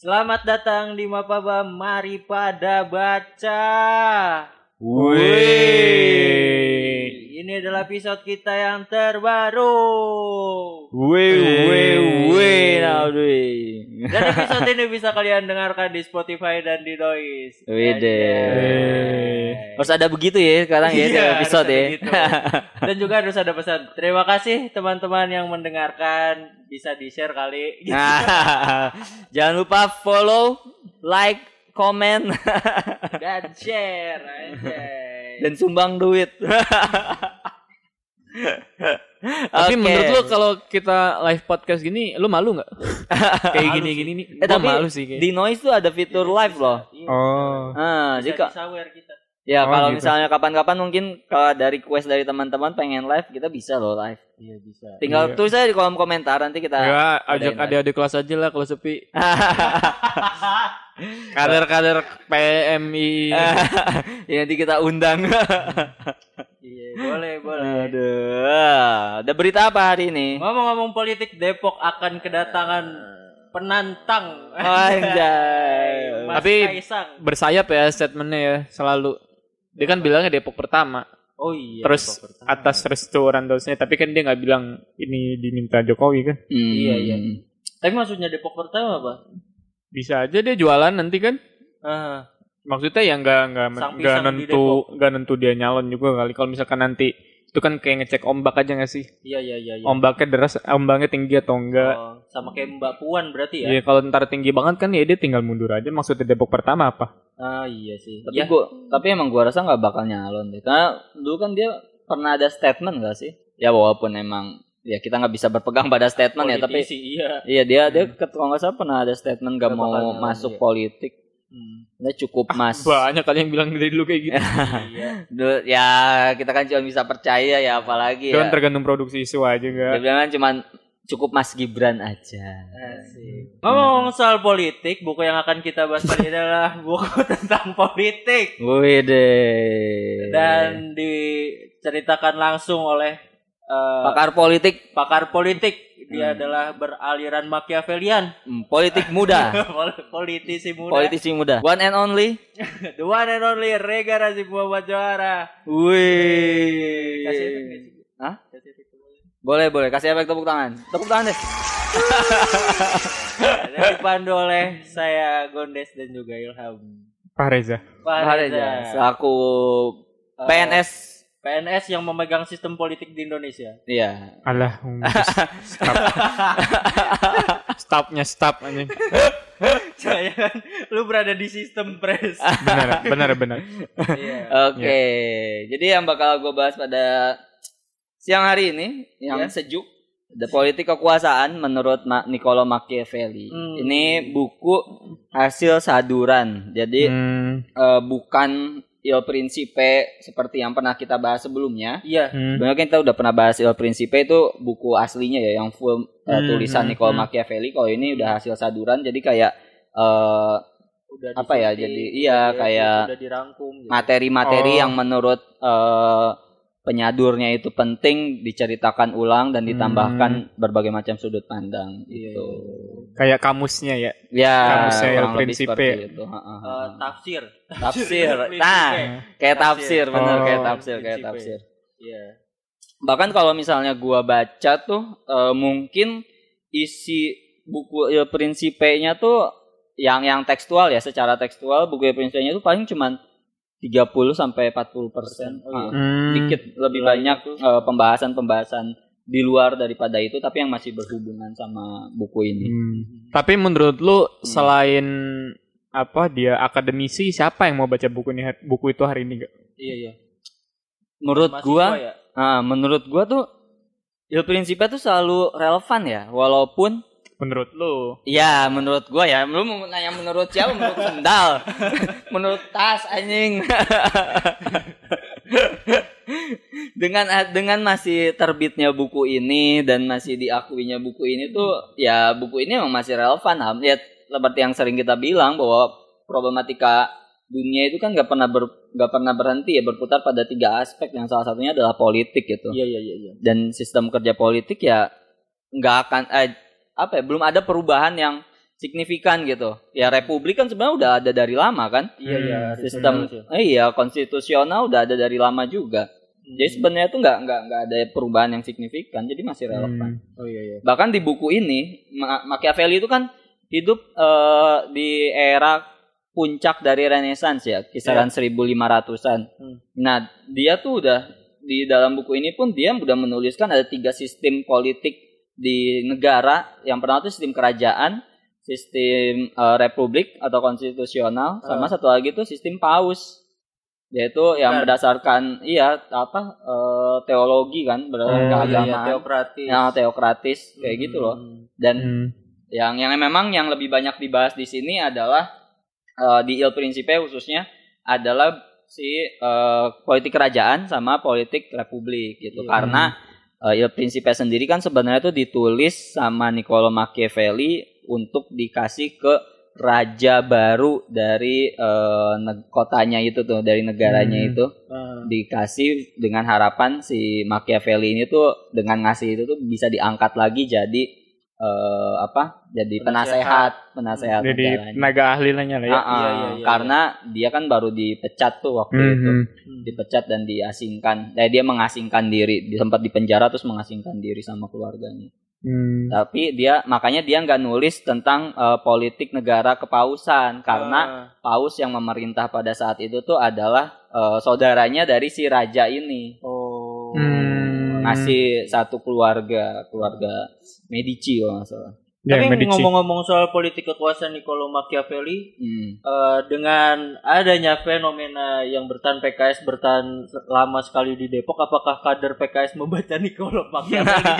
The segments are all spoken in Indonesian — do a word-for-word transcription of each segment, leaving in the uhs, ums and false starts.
Selamat datang di Mapaba, mari pada baca. Wih. Ini adalah episode kita yang terbaru. Wih, wih, wih, nah, Dan episode ini bisa kalian dengarkan di Spotify dan di Noise. Wih deh. Harus ada begitu ya sekarang ya, iya, episode ya. gitu. Dan juga harus ada pesan. Terima kasih teman-teman yang mendengarkan. Bisa di-share kali. Gitu. Nah, jangan lupa follow, like, komen, dan share aja. Dan sumbang duit. Tapi okay. menurut lu kalau kita live podcast gini, lu malu nggak? Kayak gini-gini nih, eh, gua tapi malu sih. Kayak. Di Noise tuh ada fitur ya, live bisa, loh. Iya, oh. Ah, bisa jika disawer kita. ya oh, kalau gitu. misalnya kapan-kapan mungkin kalau dari request dari teman-teman pengen live, kita bisa loh live. Iya bisa. Tinggal iya. tulis aja di kolom komentar, nanti kita ya ajak adik-adik kelas aja lah kalau sepi. Kader-kader P M I. Ya nanti kita undang. Iya, boleh, boleh. Aduh, ada berita apa hari ini? Ngomong-ngomong politik, Depok akan kedatangan penantang. Anjay. Mas Tapi Kaisang. bersayap ya statementnya ya selalu. Dia kan bilangnya Depok pertama. Oh iya. Terus atas restu Randosnya, tapi kan dia nggak bilang ini diminta Jokowi kan? Hmm. Iya, iya. Tapi maksudnya Depok pertama apa? Bisa aja dia jualan nanti kan? Ah, Maksudnya ya nggak nggak Sang nggak pisang di nentu nggak nentu dia nyalon juga kali. Kalau misalkan nanti itu kan kayak ngecek ombak aja nggak sih? iya iya iya. iya. Ombaknya deras, ombaknya tinggi atau enggak? Oh, sama kayak Mbak Puan berarti ya? Iya, kalau ntar tinggi banget kan ya dia tinggal mundur aja. Maksudnya Depok pertama apa? Ah iya sih. Tapi Ya. gua, tapi emang gua rasa nggak bakal nyalon deh. Karena dulu kan dia pernah ada statement nggak sih? Ya walaupun emang ya kita nggak bisa berpegang pada statement ya, tapi Politisi, iya. iya dia dia kalau nggak salah pernah ada statement nggak Nggak mau bakal nyalon, masuk iya. politik. Hmm. Dia cukup mas. Banyak kali yang bilang dari dulu kayak gitu. Iya. Duh, ya kita kan cuma bisa percaya ya, apalagi Itu kan ya. tergantung produksi isu aja Dia enggak? bilang kan cuma cukup Mas Gibran aja. Asik. Ngomong soal politik, buku yang akan kita bahas kali ini adalah buku tentang politik Wih deh. dan diceritakan langsung oleh uh, pakar politik, pakar politik. Dia adalah beraliran Machiavellian. hmm, politik muda, Politisi muda. politisi muda. One and only. The one and only Rega Razif Muhammad Johara. Wih. Kasih efek, kasih. Hah? Kasih efek boleh. Boleh, boleh. Kasih efek tepuk tangan. Tepuk tangan deh. Dan dipandu oleh saya Gondes dan juga Ilham. Pak Reza. Pak Pak Reza. Reza, selaku P N S. P N S yang memegang sistem politik di Indonesia. Iya. Alah, um, stop. Stopnya stop anjing. Saya kan lu berada di sistem pres. Benar, benar, benar. Iya. Oke. Jadi yang bakal gue bahas pada siang hari ini yang Ya. sejuk, The Politik Kekuasaan menurut Ma- Niccolo Machiavelli. Hmm. Ini buku hasil saduran. Jadi Hmm, eh, bukan Il Principe seperti yang pernah kita bahas sebelumnya. Iya. hmm. Sebenarnya kan kita udah pernah bahas Il Principe itu buku aslinya ya, yang full eh, Hmm, tulisan hmm, Niccolo hmm. Machiavelli. Kalau ini udah hasil saduran, jadi kayak eh, Udah Apa ya, disunting, jadi iya, udah- kayak udah dirangkum gitu. materi-materi Oh. yang menurut eh, penyadurnya itu penting diceritakan ulang dan ditambahkan berbagai macam sudut pandang Iya, gitu. Kayak kamusnya ya. Ya, Kamusnya Il kurang lebih Principe. seperti itu. Ha, ha, ha. Eh, tafsir. Tafsir. Principe. Nah, kayak tafsir, benar Oh. kayak tafsir, kayak Principe. tafsir. Iya. Bahkan kalau misalnya gua baca tuh eh, mungkin isi buku Il Principe-nya tuh yang yang tekstual ya, secara tekstual buku Il Principe-nya tuh paling cuman tiga puluh sampai empat puluh persen. Oh, iya. Hmm. Dikit lebih Selain banyak itu. eh, pembahasan-pembahasan di luar daripada itu, tapi yang masih berhubungan sama buku ini. Hmm. Tapi menurut lu selain apa dia akademisi, siapa yang mau baca buku ini buku itu hari ini gak? Iya, iya. Menurut Mahasiswa gua, ya? nah, menurut gua tuh Il Principe tuh selalu relevan ya, walaupun Menurut lu? ya menurut gua ya, lu mau nanya menurut siapa? Menurut sendal, menurut tas anjing. dengan dengan masih terbitnya buku ini dan masih diakuinya buku ini tuh ya buku ini memang masih relevan. Ham. Ya seperti yang sering kita bilang bahwa problematika dunia itu kan nggak pernah ber, nggak pernah berhenti ya, berputar pada tiga aspek yang salah satunya adalah politik gitu. Iya, iya, iya, iya. Dan sistem kerja politik ya nggak akan eh, apa ya belum ada perubahan yang signifikan gitu. Ya republik kan sebenarnya udah ada dari lama kan. Iya iya. Sistem eh, iya konstitusional udah ada dari lama juga. Hmm. Jadi sebenarnya tuh nggak nggak nggak ada perubahan yang signifikan. Jadi masih relevan. Hmm. Oh iya iya. Bahkan di buku ini Machiavelli itu kan hidup uh, di era puncak dari Renaissance ya, kisaran yeah. seribu lima ratusan. Hmm. Nah dia tuh udah di dalam buku ini pun dia udah menuliskan ada tiga sistem politik di negara. Yang pertama itu sistem kerajaan, sistem uh, republik atau konstitusional, uh. sama satu lagi itu sistem paus, yaitu yang kan. berdasarkan iya apa uh, teologi kan, berdasarkan oh, keagamaan, iya, teokratis, ya, teokratis kayak hmm. gitu loh. Dan hmm. yang yang memang yang lebih banyak dibahas di sini adalah uh, di Il Principe khususnya adalah si uh, politik kerajaan sama politik republik gitu. Hmm. Karena uh, Il Principe sendiri kan sebenarnya itu ditulis sama Niccolo Machiavelli untuk dikasih ke raja baru dari uh, ne- kotanya itu tuh, dari negaranya hmm. itu uh. dikasih dengan harapan si Machiavelli ini tuh dengan ngasih itu tuh bisa diangkat lagi jadi uh, apa? Jadi penasehat, penasehat jadi tenaga ahli lah ya. Uh, uh, iya, iya, iya, karena iya. dia kan baru dipecat tuh waktu hmm. itu, dipecat dan diasingkan. Eh, dia mengasingkan diri, sempat dipenjara terus mengasingkan diri sama keluarganya. Hmm. Tapi dia makanya dia nggak nulis tentang uh, politik negara kepausan karena uh. paus yang memerintah pada saat itu tuh adalah uh, saudaranya dari si raja ini. Oh. Hmm. Ngasih satu keluarga, keluarga Medici kalau nggak salah. Ya, tapi Medici. Ngomong-ngomong soal politik kekuasaan Niccolo Machiavelli, hmm. uh, dengan adanya fenomena yang bertahan P K S bertahan lama sekali di Depok, apakah kader P K S membaca Niccolo Machiavelli?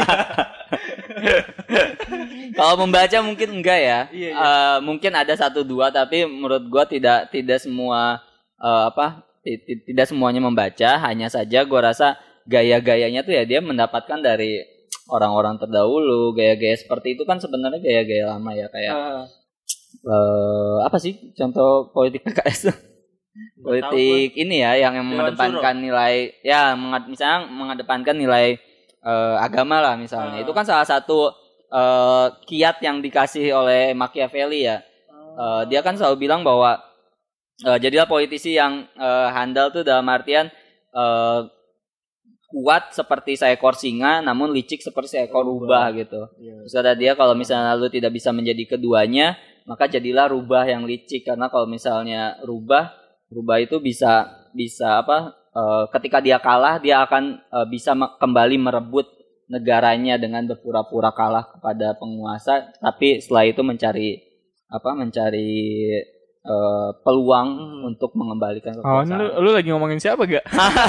Kalau membaca mungkin enggak ya, iya, iya. Uh, mungkin ada satu dua, tapi menurut gua tidak tidak semua uh, apa t- tidak semuanya membaca, hanya saja gua rasa gaya-gayanya tuh ya dia mendapatkan dari orang-orang terdahulu. Gaya-gaya seperti itu kan sebenarnya gaya-gaya lama ya, kayak uh. Uh, apa sih contoh politik P K S tuh? Politik tahu, ini ya yang, yang mengedepankan nilai ya mengad, misalnya mengedepankan nilai uh, agama lah misalnya. Uh. Itu kan salah satu uh, kiat yang dikasih oleh Machiavelli ya. Uh, dia kan selalu bilang bahwa uh, jadilah politisi yang uh, handal tuh dalam artian uh, kuat seperti seekor singa namun licik seperti seekor rubah gitu. Iya. Terus kata dia kalau misalnya lu tidak bisa menjadi keduanya, maka jadilah rubah yang licik, karena kalau misalnya rubah, rubah itu bisa bisa apa? Uh, ketika dia kalah dia akan uh, bisa me- kembali merebut negaranya dengan berpura-pura kalah kepada penguasa, tapi setelah itu mencari apa? Mencari Uh, peluang hmm. untuk mengembalikan kekuasaan. Oh, lu, lu lagi ngomongin siapa gak?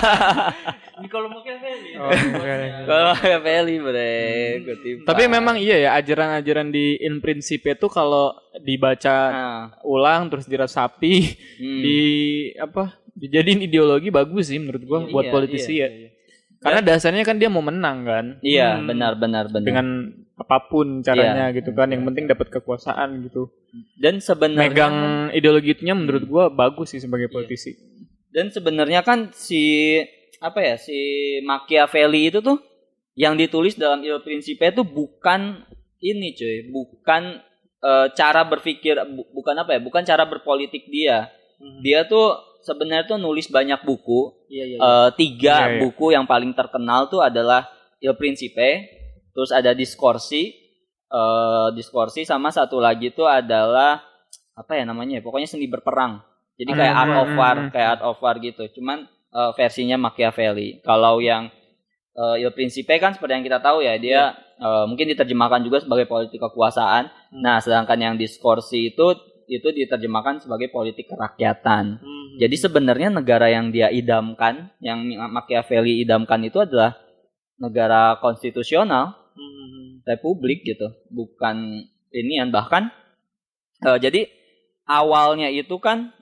Niccolo Machiavelli. Oh, Niccolo Machiavelli, bre. Hmm. Tapi memang iya ya, ajaran-ajaran di In Principe itu kalau dibaca nah. ulang terus diresapi, hmm. di apa? Dijadiin ideologi bagus sih menurut gua, iya, buat politisi iya, ya. Iya. Karena dasarnya kan dia mau menang kan. Iya, hmm. benar benar benar. Dengan apapun caranya iya. gitu kan, yang penting dapat kekuasaan gitu. Dan sebenarnya megang ideologi itunya menurut gua bagus sih sebagai politisi. Iya. Dan sebenarnya kan si apa ya, si Machiavelli itu tuh yang ditulis dalam Il Principe itu bukan ini cuy, bukan uh, cara berpikir, bu- bukan apa ya, bukan cara berpolitik dia. Hmm. Dia tuh sebenarnya tuh nulis banyak buku. Iya, iya, iya. Uh, tiga iya, iya. buku yang paling terkenal tuh adalah Il Principe, terus ada Discorsi, uh, Discorsi sama satu lagi tuh adalah apa ya namanya? Pokoknya seni berperang. Jadi kayak Art of War, kayak Art of War gitu. Cuman uh, versinya Machiavelli. Kalau yang uh, Il Principe kan seperti yang kita tahu ya, dia uh, mungkin diterjemahkan juga sebagai politik kekuasaan. Hmm. Nah, sedangkan yang Discorsi itu itu diterjemahkan sebagai politik kerakyatan. Hmm. Jadi sebenarnya negara yang dia idamkan, yang Machiavelli idamkan itu adalah negara konstitusional, hmm. republik gitu, bukan inian. Bahkan uh, jadi awalnya itu kan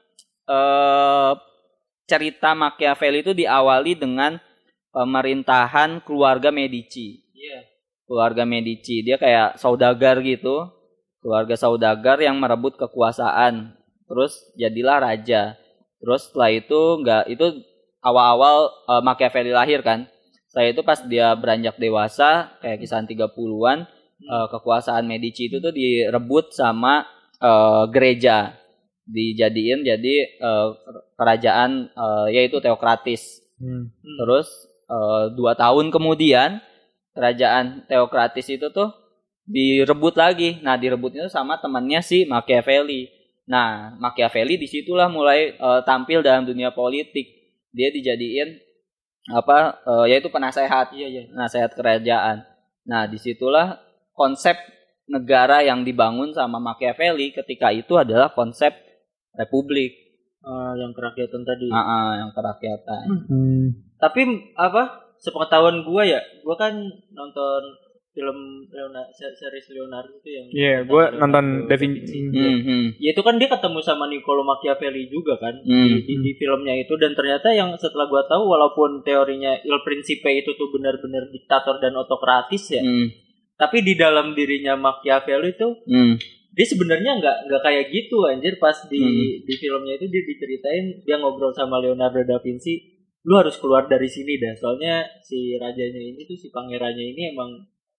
uh, cerita Machiavelli itu diawali dengan pemerintahan keluarga Medici. Yeah. Keluarga Medici, dia kayak saudagar gitu. Keluarga saudagar yang merebut kekuasaan, terus jadilah raja. Terus setelah itu enggak, itu awal-awal uh, Machiavelli lahir kan. Setelah itu pas dia beranjak dewasa, kayak kisaran tiga puluhan, uh, kekuasaan Medici itu tuh direbut sama uh, gereja, dijadiin jadi uh, kerajaan uh, yaitu teokratis. Hmm. Terus uh, dua tahun kemudian kerajaan teokratis itu tuh direbut lagi. Nah, direbutnya sama temannya si Machiavelli. Nah, Machiavelli disitulah mulai uh, tampil dalam dunia politik. Dia dijadiin apa? Uh, yaitu penasehat, iya, iya. penasehat kerajaan. Nah, disitulah konsep negara yang dibangun sama Machiavelli ketika itu adalah konsep republik. Uh, yang kerakyatan tadi. Uh, uh, yang kerakyatan. Hmm. Tapi apa? Sepengetahuan gue ya, gue kan nonton film Leonardo, series Leonardo itu yang. Iya, yeah, gue nonton Da Vinci. Mm-hmm. Ya itu kan dia ketemu sama Niccolo Machiavelli juga kan mm-hmm. di, di, di filmnya itu, dan ternyata yang setelah gue tahu walaupun teorinya Il Principe itu tuh benar-benar diktator dan otokratis ya, mm. tapi di dalam dirinya Machiavelli itu mm. dia sebenarnya nggak nggak kayak gitu anjir. Pas di mm. di filmnya itu dia diceritain, dia ngobrol sama Leonardo da Vinci, lu harus keluar dari sini dah, soalnya si rajanya ini tuh, si pangerannya ini emang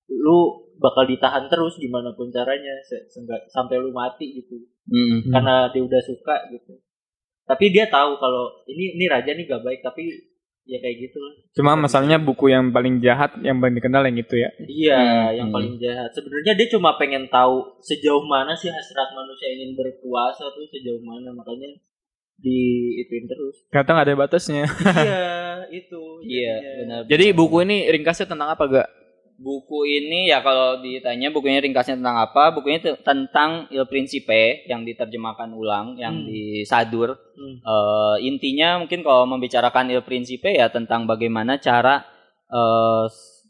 lu bakal ditahan terus gimana pun caranya se- se- sampai lu mati gitu, mm-hmm. karena dia udah suka gitu. Tapi dia tahu kalau ini ini raja nih gak baik, tapi ya kayak gitu lah. Cuma masalahnya buku yang paling jahat yang paling dikenal yang itu ya. Iya, hmm. yang paling jahat. Sebenarnya dia cuma pengen tahu sejauh mana sih hasrat manusia ingin berkuasa tuh, sejauh mana, makanya di ituin terus. Ternyata nggak ada batasnya. Iya, itu. Iya, benar. Jadi buku ini ringkasnya tentang apa, Gak? Buku ini ya kalau ditanya bukunya ringkasnya tentang apa, bukunya t- tentang Il Principe yang diterjemahkan ulang, yang hmm. disadur. Hmm. Uh, intinya mungkin kalau membicarakan Il Principe ya tentang bagaimana cara uh,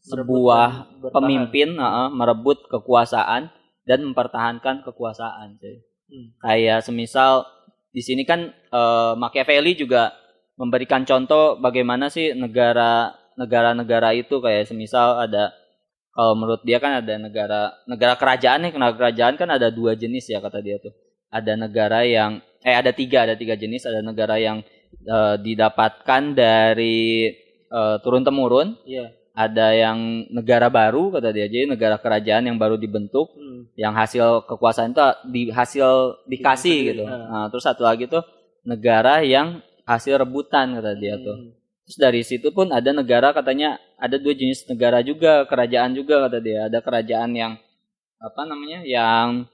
sebuah pemimpin uh, merebut kekuasaan dan mempertahankan kekuasaan. Hmm. Kayak semisal di sini kan uh, Machiavelli juga memberikan contoh bagaimana sih negara negara-negara itu, kayak semisal ada, kalau menurut dia kan ada negara negara kerajaan nih, negara kerajaan kan ada dua jenis ya kata dia tuh. Ada negara yang eh ada tiga, ada tiga jenis. Ada negara yang uh, didapatkan dari uh, turun temurun. Iya. Ada yang negara baru kata dia, jadi negara kerajaan yang baru dibentuk, hmm. yang hasil kekuasaan itu di hasil dikasih hmm. gitu. Nah, terus satu lagi tuh negara yang hasil rebutan kata dia hmm. tuh. Terus dari situ pun ada negara, katanya ada dua jenis negara juga, kerajaan juga kata dia. Ada kerajaan yang apa namanya, yang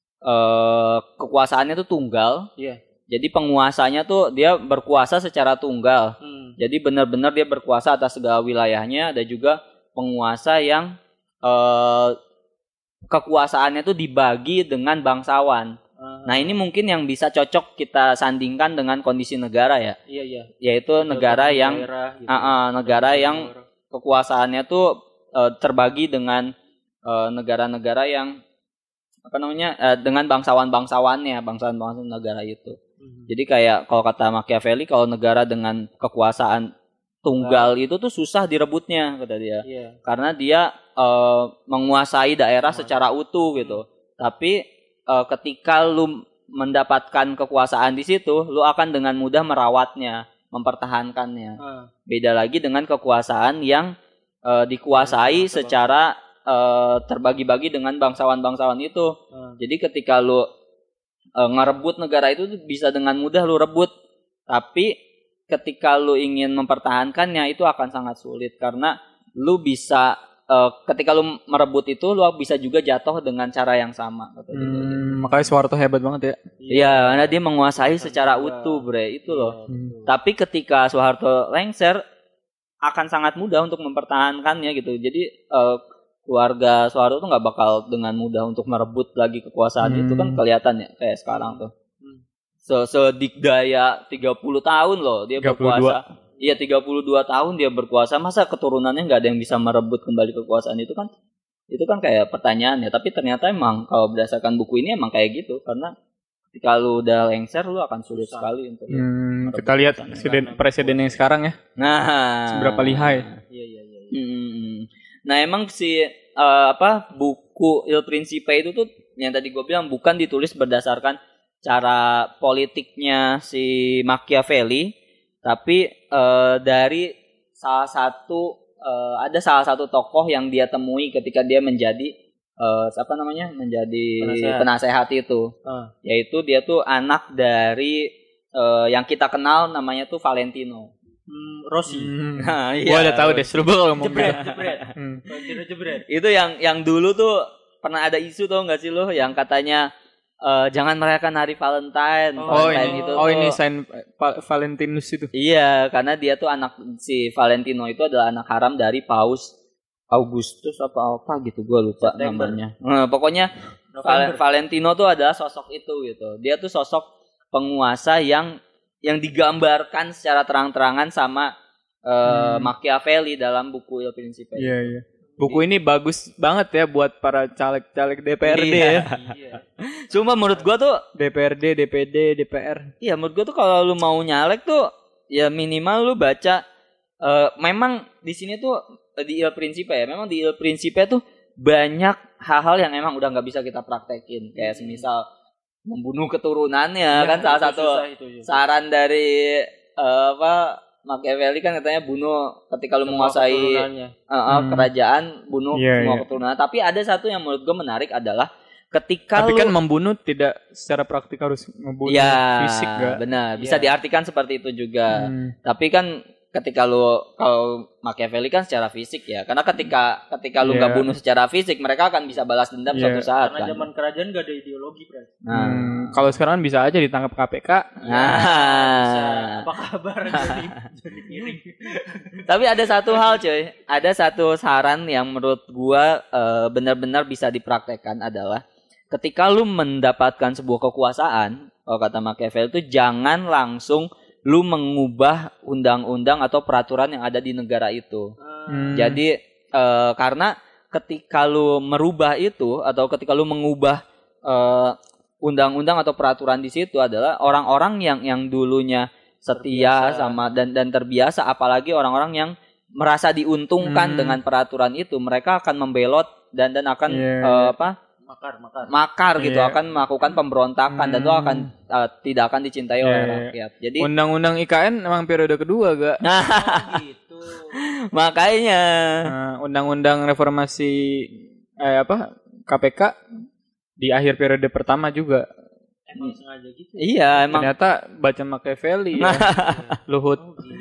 eh, kekuasaannya tuh tunggal. Iya. Jadi penguasanya tuh dia berkuasa secara tunggal. Hmm. Jadi benar-benar dia berkuasa atas segala wilayahnya. Ada juga penguasa yang eh, kekuasaannya tuh dibagi dengan bangsawan. Nah ini mungkin yang bisa cocok kita sandingkan dengan kondisi negara ya. Iya iya. Yaitu Ada negara yang daerah, gitu. uh, uh, negara yang kekuasaannya tuh uh, terbagi dengan uh, negara-negara yang apa namanya uh, dengan bangsawan-bangsawannya, bangsawan-bangsawan negara itu. Hmm. Jadi kayak kalau kata Machiavelli, kalau negara dengan kekuasaan tunggal nah. itu tuh susah direbutnya kata dia. Iya. Karena dia uh, menguasai daerah nah. secara utuh gitu. Hmm. Tapi Uh, ketika lu mendapatkan kekuasaan di situ, lu akan dengan mudah merawatnya, mempertahankannya. Uh. Beda lagi dengan kekuasaan yang uh, dikuasai uh, secara uh, terbagi-bagi dengan bangsawan-bangsawan itu. Uh. Jadi ketika lu uh, ngerebut negara itu bisa dengan mudah lu rebut, tapi ketika lu ingin mempertahankannya itu akan sangat sulit, karena lu bisa Uh, ketika lu merebut itu, lu bisa juga jatuh dengan cara yang sama. Hmm, makanya Soeharto hebat banget ya. Iya, karena dia menguasai secara utuh, bre, itu loh. Hmm. Tapi ketika Soeharto lengser, akan sangat mudah untuk mempertahankannya gitu. Jadi uh, keluarga Soeharto tuh nggak bakal dengan mudah untuk merebut lagi kekuasaan hmm. itu kan kelihatan ya kayak sekarang tuh. Hmm. Sedikdaya tiga puluh tahun loh dia tiga puluh dua. Berkuasa. Iya tiga puluh dua tahun dia berkuasa, masa keturunannya nggak ada yang bisa merebut kembali kekuasaan itu kan? Itu kan kayak pertanyaan ya. Tapi ternyata emang kalau berdasarkan buku ini emang kayak gitu, karena kalau udah lengser lu akan sulit Susah. sekali untuk. Hmm, kita lihat presiden presiden yang sekarang ya. Nah, seberapa lihai. Iya iya iya. Hmm. Nah emang si uh, apa buku Il Principe itu tuh yang tadi gue bilang bukan ditulis berdasarkan cara politiknya si Machiavelli. Tapi uh, dari salah satu uh, ada salah satu tokoh yang dia temui ketika dia menjadi uh, apa namanya menjadi penasehat, penasehat itu, uh. yaitu dia tuh anak dari uh, yang kita kenal namanya tuh Valentino. Hmm, Rossi. Hmm. Nah, iya. Gua udah tahu deh, seru banget ngomong jebret, jebret. Hmm. Valentino jebret. Itu yang yang dulu tuh pernah ada isu tuh nggak sih lo yang katanya uh, jangan merayakan hari Valentine. Oh, Valentine ini, itu oh tuh, ini sign pa- Valentinus itu. Iya, karena dia tuh anak si Valentino itu adalah anak haram dari Paus Augustus apa apa gitu, gue lupa September. namanya. Nah, pokoknya Val- Valentino tuh adalah sosok itu gitu. Dia tuh sosok penguasa yang yang digambarkan secara terang-terangan sama uh, hmm. Machiavelli dalam buku Il Principe. Iya, iya. Buku ini bagus banget ya buat para caleg-caleg D P R D iya, ya. Iya. Cuma menurut gua tuh D P R D, D P D, D P R. Iya, menurut gua tuh kalau lu mau nyalek tuh ya minimal lu baca uh, memang di sini tuh di Il Principe ya. Memang di Il Principe tuh banyak hal-hal yang emang udah enggak bisa kita praktekin. Kayak semisal membunuh keturunannya ya, kan salah satu itu, itu. saran dari uh, apa Machiavelli kan katanya bunuh ketika lu menguasai uh, uh, hmm. kerajaan, bunuh yeah, semua yeah. keturunan. Tapi ada satu yang menurut gue menarik adalah ketika Tapi lu, kan membunuh tidak secara praktik harus membunuh ya, fisik gak? Benar, bisa yeah. diartikan seperti itu juga. Hmm. Tapi kan ketika lu kalau Machiavelli kan secara fisik ya. Karena ketika ketika lu yeah. gak bunuh secara fisik, mereka akan bisa balas dendam yeah. suatu saat. Karena kan. zaman kerajaan gak ada ideologi, Bro. Nah, hmm, kalau sekarang bisa aja ditangkap K P K. Nah, bisa. Apa kabar jadi jadi piring. Tapi ada satu hal, coy. Ada satu saran yang menurut gua uh, benar-benar bisa dipraktekkan adalah ketika lu mendapatkan sebuah kekuasaan, kalau kata Machiavelli itu jangan langsung lu mengubah undang-undang atau peraturan yang ada di negara itu. Hmm. Jadi uh, karena ketika lu merubah itu atau ketika lu mengubah uh, undang-undang atau peraturan di situ adalah orang-orang yang yang dulunya setia terbiasa. sama dan dan terbiasa, apalagi orang-orang yang merasa diuntungkan hmm. dengan peraturan itu, mereka akan membelot dan dan akan yeah. uh, apa? makar makar makar gitu yeah. akan melakukan pemberontakan hmm. dan itu akan uh, tidak akan dicintai yeah. oleh rakyat. Jadi undang-undang I K N emang periode kedua gak? Oh, gitu. Makanya nah, undang-undang reformasi eh apa K P K di akhir periode pertama juga. Emang sengaja gitu. Iya, emang. Ternyata baca Machiavelli ya. Luhut.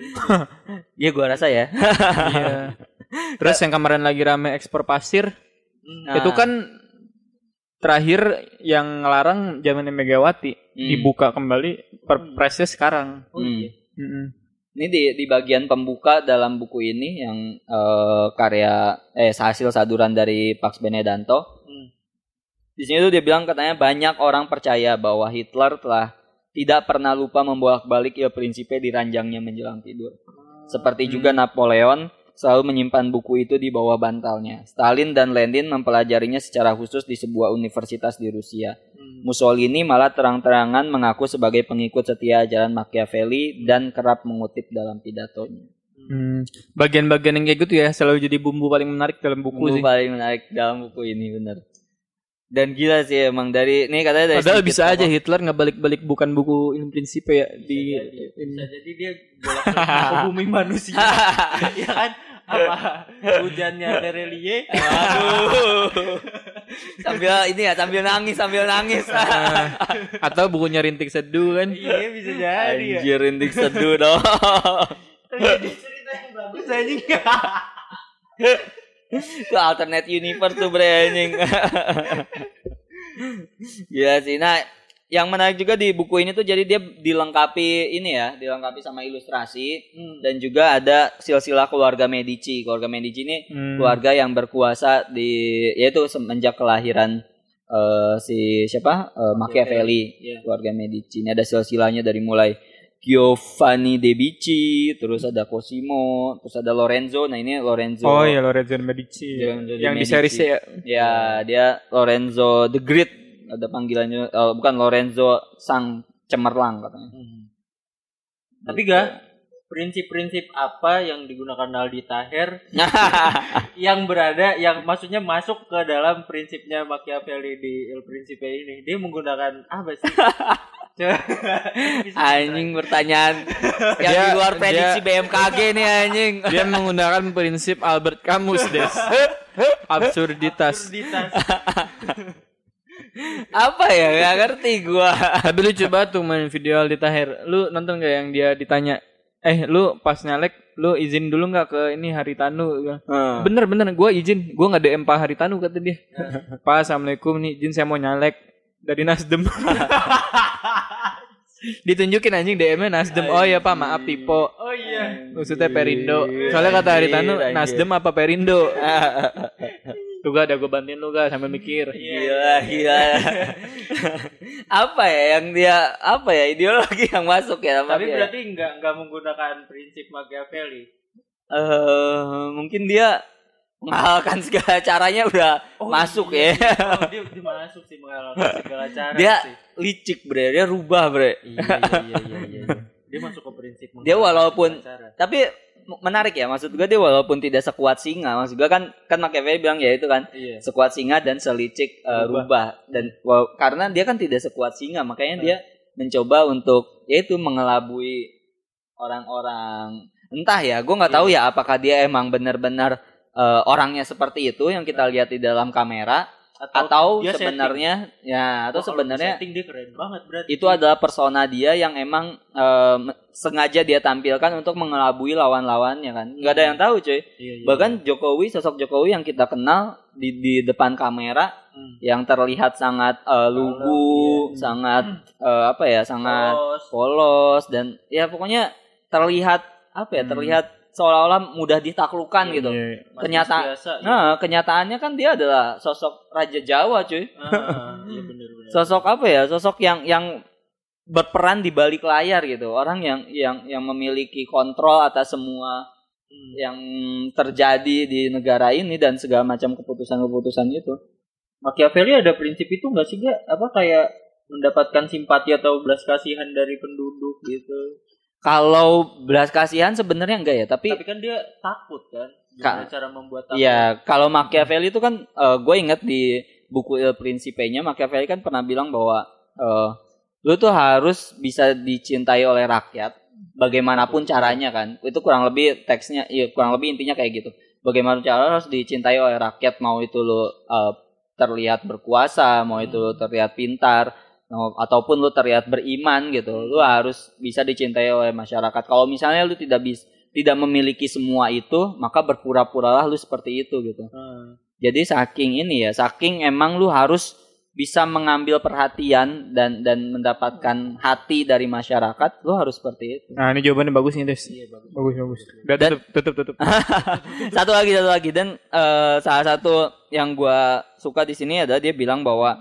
Iya, oh, gua rasa ya. Iya. Terus yang kemarin lagi rame ekspor pasir, nah. itu kan terakhir yang ngelarang zamannya Megawati, hmm. dibuka kembali perpresnya sekarang. Oh, iya. Hmm. Ini di di bagian pembuka dalam buku ini yang uh, karya eh hasil saduran dari Pax Benedanto. Hmm. Di sini tuh dia bilang katanya banyak orang percaya bahwa Hitler telah tidak pernah lupa membolak-balik Il Principe di ranjangnya menjelang tidur. Seperti hmm. juga Napoleon selalu menyimpan buku itu di bawah bantalnya. Stalin dan Lenin mempelajarinya secara khusus di sebuah universitas di Rusia. Hmm. Mussolini malah terang-terangan mengaku sebagai pengikut setia ajaran Machiavelli dan kerap mengutip dalam pidatonya. Hmm. Bagian-bagian yang kayak gitu ya selalu jadi bumbu paling menarik dalam buku bumbu sih. Bumbu paling menarik dalam buku ini, benar. Dan gila sih emang dari ini katanya dari padahal bisa aja Hitler ngebalik-balik bukan buku Il Principe ya di bisa jadi, bisa jadi dia bolak-balik ke bumi manusia. Ya kan? Apa hujannya Terelie? Aduh. Sambil ini ya, sambil nangis, sambil nangis. Atau bukunya Rintik Seduh kan? Iya, bisa jadi ya. Anjir, Rintik Seduh dong. Jadi cerita yang bagus anjing. Itu alternate universe tuh bre anjing. Gila sih. Nah, yang menarik juga di buku ini tuh jadi dia dilengkapi ini ya, dilengkapi sama ilustrasi hmm. dan juga ada silsilah keluarga Medici. Keluarga Medici ini hmm. keluarga yang berkuasa di yaitu semenjak kelahiran uh, si siapa? Uh, Machiavelli. Yeah. Keluarga Medici. Ini ada silsilahnya dari mulai Giovanni de' Medici, terus ada Cosimo, terus ada Lorenzo. Nah, ini Lorenzo. Oh iya, Lorenzo de' Medici. Lorenzo de yang Medici. Di series ya. Ya, dia Lorenzo the Great. Ada panggilannya uh, bukan Lorenzo sang cemerlang katanya. Hmm. Tapi gak prinsip-prinsip apa yang digunakan Aldi Taher yang berada yang maksudnya masuk ke dalam prinsipnya Machiavelli di Il Principe ini. Dia menggunakan apa sih? Anjing pertanyaan yang dia, di luar prediksi dia, B M K G nih anjing. Dia menggunakan prinsip Albert Camus, Des. Absurditas. Absurditas. Apa ya? Gak ngerti gua. Tapi lu coba tuh main video Aldi Taher. Lu nonton gak yang dia ditanya, eh lu pas nyalek lu izin dulu nggak ke ini Haritanu? Hmm. Bener bener gue izin, gue nggak D M Pak Haritanu kata dia. Pak, assalamualaikum nih, izin saya mau nyalek dari Nasdem. Ditunjukin anjing D M-nya Nasdem. Oh ya Pak, maaf Tipo. Oh iya. Maksudnya Perindo. Soalnya kata Haritanu Nasdem apa Perindo. Tuh gak ada gue bantuin lu gak sambil mikir. Gila gila. Apa ya yang dia apa ya ideologi yang masuk ya? Tapi ya? Berarti nggak nggak menggunakan prinsip Machiavelli. Eh uh, mungkin dia menghalalkan segala caranya udah oh, masuk iya. ya. Oh, dia, dia masuk sih menghalalkan segala cara. Dia sih. licik bre, dia rubah bre. Iya iya iya iya. iya. Dia masuk ke prinsip. Dia walaupun tapi menarik ya, maksud gue dia walaupun tidak sekuat singa, maksud gue kan kan Machiavelli bilang ya itu kan iya. Sekuat singa dan selicik uh, rubah. rubah dan well, karena dia kan tidak sekuat singa makanya hmm. dia mencoba untuk yaitu mengelabui orang-orang entah ya, gue nggak iya. tahu ya apakah dia emang benar-benar uh, orangnya seperti itu yang kita lihat di dalam kamera atau, atau sebenarnya setting. ya atau oh, sebenarnya dia keren banget berarti. Itu adalah persona dia yang emang uh, sengaja dia tampilkan untuk mengelabui lawan-lawannya kan. Nggak ada yang tahu cuy. Iya, iya. Bahkan Jokowi, sosok Jokowi yang kita kenal di di depan kamera hmm. yang terlihat sangat uh, lugu, iya. sangat uh, apa ya, sangat polos. polos dan ya pokoknya terlihat apa ya, hmm. terlihat seolah-olah mudah ditaklukkan iya, gitu. Iya. Ternyata, biasa, nah iya. kenyataannya kan dia adalah sosok Raja Jawa, cuy. Ah, iya bener-bener. Sosok apa ya? Sosok yang yang berperan di balik layar gitu. Orang yang yang yang memiliki kontrol atas semua hmm. yang terjadi di negara ini dan segala macam keputusan-keputusan itu. Machiavelli ada prinsip itu nggak sih gak? Apa kayak mendapatkan simpati atau belas kasihan dari penduduk gitu? Kalau belas kasihan sebenarnya enggak ya, tapi tapi kan dia takut kan ka- cara membuat takut. Iya, kalau Machiavelli itu kan uh, gue ingat di buku Il Principe-nya Machiavelli kan pernah bilang bahwa uh, lu tuh harus bisa dicintai oleh rakyat bagaimanapun caranya kan. Itu kurang lebih teksnya, iya kurang lebih intinya kayak gitu. Bagaimana cara harus dicintai oleh rakyat, mau itu lu uh, terlihat berkuasa, mau itu lu terlihat pintar, no, ataupun lu terlihat beriman gitu, lu harus bisa dicintai oleh masyarakat. Kalau misalnya lu tidak bisa, tidak memiliki semua itu, maka berpura-puralah lu seperti itu gitu. Hmm. Jadi saking ini ya, saking emang lu harus bisa mengambil perhatian dan dan mendapatkan hati dari masyarakat, lu harus seperti itu. Nah ini jawabannya bagus nih Des. Iya bagus. Bagus bagus. Udah tutup tutup tutup. satu lagi satu lagi dan uh, salah satu yang gua suka di sini adalah dia bilang bahwa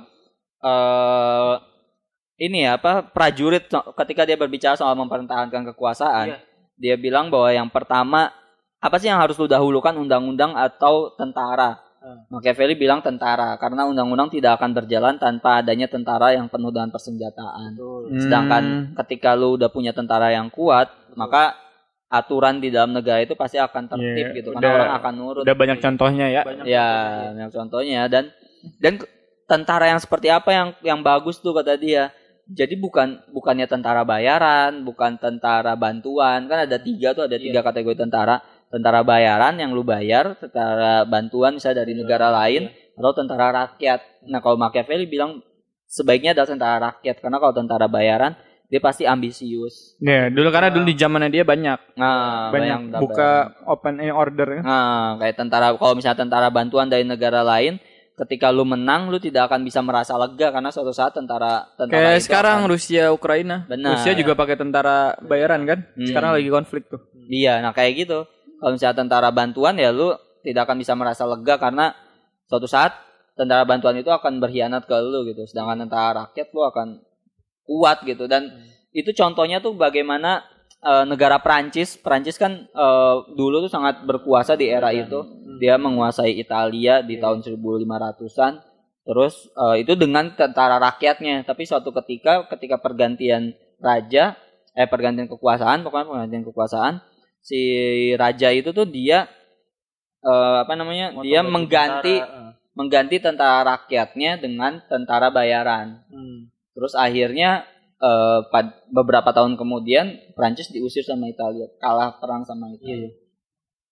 uh, ini ya apa prajurit ketika dia berbicara soal mempertahankan kekuasaan, yeah. dia bilang bahwa yang pertama apa sih yang harus lu dahulukan, undang-undang atau tentara? Hmm. Machiavelli bilang tentara karena undang-undang tidak akan berjalan tanpa adanya tentara yang penuh dengan persenjataan. Hmm. Sedangkan ketika lu udah punya tentara yang kuat, hmm. maka aturan di dalam negara itu pasti akan tertib yeah, gitu, udah, karena orang akan nurut. Udah banyak contohnya ya. Banyak ya, contohnya. banyak contohnya dan dan tentara yang seperti apa yang yang bagus tuh kata dia. Jadi bukan bukannya tentara bayaran, bukan tentara bantuan. Kan ada tiga tuh, ada tiga yeah. kategori tentara. Tentara bayaran yang lu bayar, tentara bantuan misalnya dari negara yeah. lain, yeah. atau tentara rakyat. Nah kalau Machiavelli bilang sebaiknya adalah tentara rakyat. Karena kalau tentara bayaran, dia pasti ambisius. Ya, yeah, dulu karena dulu di zamannya dia banyak. Nah, banyak, banyak buka open order. Nah, kayak tentara, kalau misalnya tentara bantuan dari negara lain, ketika lu menang, lu tidak akan bisa merasa lega karena suatu saat tentara tentara kayak sekarang akan... Rusia Ukraina. Benar. Rusia juga pakai tentara bayaran kan? Hmm. Sekarang lagi konflik tuh. Iya, nah kayak gitu. Kalau misalnya tentara bantuan ya lu tidak akan bisa merasa lega karena suatu saat tentara bantuan itu akan berkhianat ke lu gitu. Sedangkan tentara rakyat lu akan kuat gitu. Dan hmm. itu contohnya tuh bagaimana uh, negara Prancis, Prancis kan uh, dulu tuh sangat berkuasa di era hmm. itu. Dia menguasai Italia di tahun seribu lima ratusan. Terus uh, itu dengan tentara rakyatnya. Tapi suatu ketika ketika pergantian raja, eh pergantian kekuasaan, pokoknya pergantian kekuasaan, si raja itu tuh dia uh, apa namanya? Motor dia mengganti tentara, uh. mengganti tentara rakyatnya dengan tentara bayaran. Hmm. Terus akhirnya uh, pad, beberapa tahun kemudian Prancis diusir sama Italia, kalah perang sama Italia. Hmm.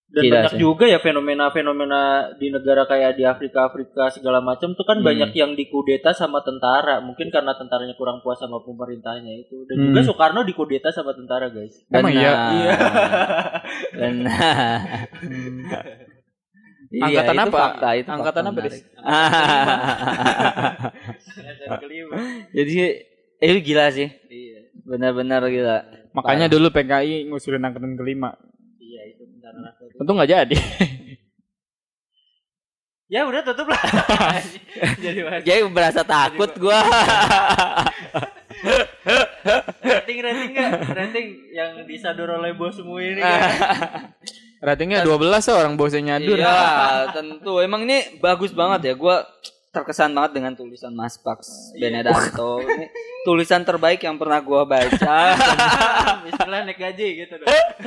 Dan Gila banyak sih. juga ya fenomena-fenomena di negara kayak di Afrika-Afrika segala macam tuh kan hmm. banyak yang dikudeta sama tentara. Mungkin karena tentaranya kurang puas sama pemerintahnya itu. Dan hmm. juga Soekarno dikudeta sama tentara, guys. Emang iya? Iya. Benar. Iya, angkatan itu apa? Fakta, itu angkatan apa, Des? Jadi itu gila sih. Iya. Benar-benar gila. Makanya Parah. dulu P K I ngusulin angkatan kelima. Iya, itu tentara. Tentu enggak jadi. Ya udah tutup lah. Jadi mas. Jadi berasa takut Jadi, gua. rating rating enggak? Rating yang disadur oleh bosmu ini kan. Ratingnya dua belas orang bosnya nyadur. Iya, tentu. Emang ini bagus banget ya. Gua terkesan banget dengan tulisan Mas Pax Benedanto. Ini tulisan terbaik yang pernah gua baca. Misalnya naik gaji gitu dong.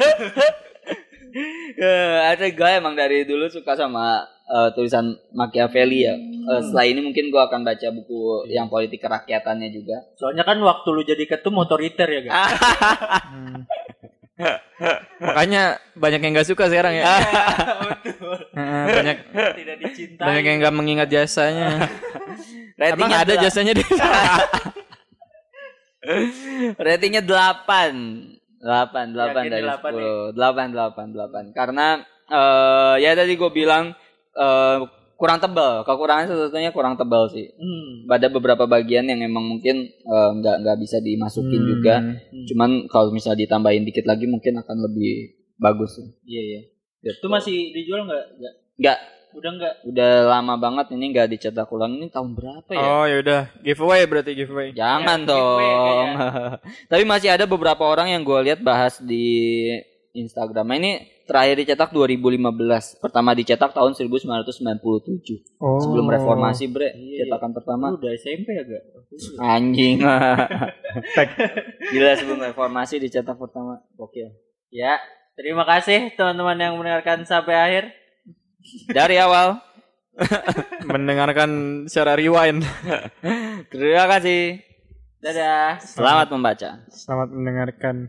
Ada gue emang dari dulu suka sama uh, tulisan Machiavelli ya. Uh, setelah ini mungkin gue akan baca buku yang politik kerakyatannya juga. Soalnya kan waktu lu jadi ketum otoriter ya guys. hmm. Makanya banyak yang nggak suka sekarang ya. Betul. Banyak tidak dicintai. Banyak yang nggak mengingat jasanya. Emang ada jasanya deh. Ratingnya delapan. delapan, delapan dari sepuluh. delapan, delapan, delapan. Karena uh, ya tadi gue bilang uh, kurang tebal. Kekurangannya satu-satunya kurang tebal sih. Hmm. Ada beberapa bagian yang emang mungkin uh, nggak nggak bisa dimasukin hmm. juga. Hmm. Cuman kalau misalnya ditambahin dikit lagi mungkin akan lebih bagus. Iya iya. Itu masih dijual nggak? Nggak. Nggak. Udah nggak? Udah lama banget ini nggak dicetak ulang. Ini tahun berapa ya? Oh ya udah, giveaway berarti giveaway. Jangan ya, dong. Giveaway, tapi masih ada beberapa orang yang gue lihat bahas di Instagram. Nah, ini terakhir dicetak dua ribu lima belas. Pertama dicetak tahun seribu sembilan ratus sembilan puluh tujuh. Oh. Sebelum reformasi, Bre. Iya, cetakan pertama. Udah S M P ya gak? Anjing. Gila, sebelum reformasi dicetak pertama. Oke. Ya, terima kasih teman-teman yang mendengarkan sampai akhir. Dari awal mendengarkan secara rewind. Terima kasih. Dadah. Selamat membaca. Selamat mendengarkan.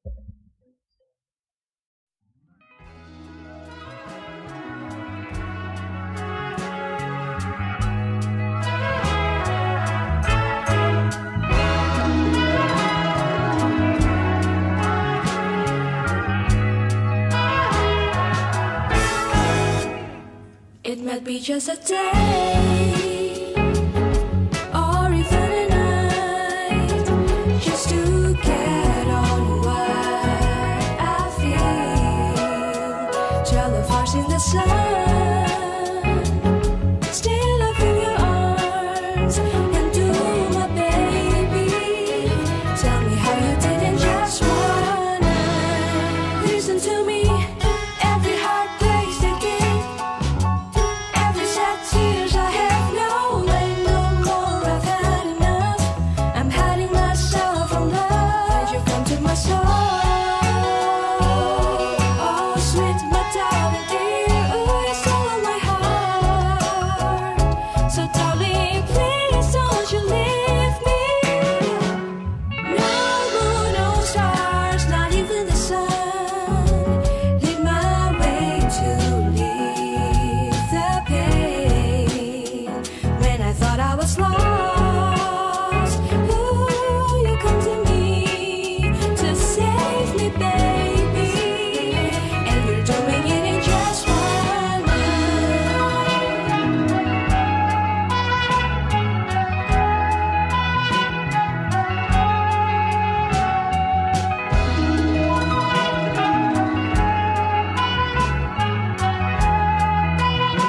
It might be just a day, or even a night, just to get on what I feel. Till the fires in the sun, still I feel your arms, and do my baby, tell me how you did in just one night. Listen to me, every heart plays the game. Tears I have no way, no more, I've had enough. I'm hiding myself from love, and you've come to my soul. Oh, sweet, my darling dear, ooh, you're still on my heart. So darling, please don't you leave me. No moon, no stars, not even the sun, lead my way to leave the pain. I thought I was lost, ooh, you come to me to save me, baby, and you're doing it in just one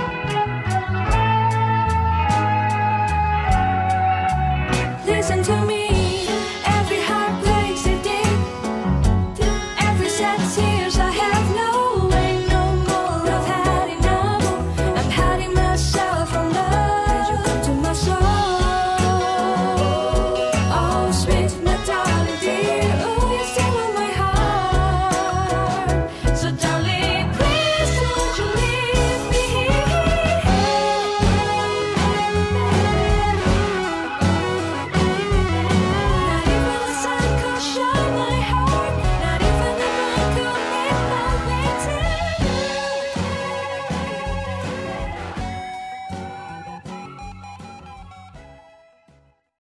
Listen to me.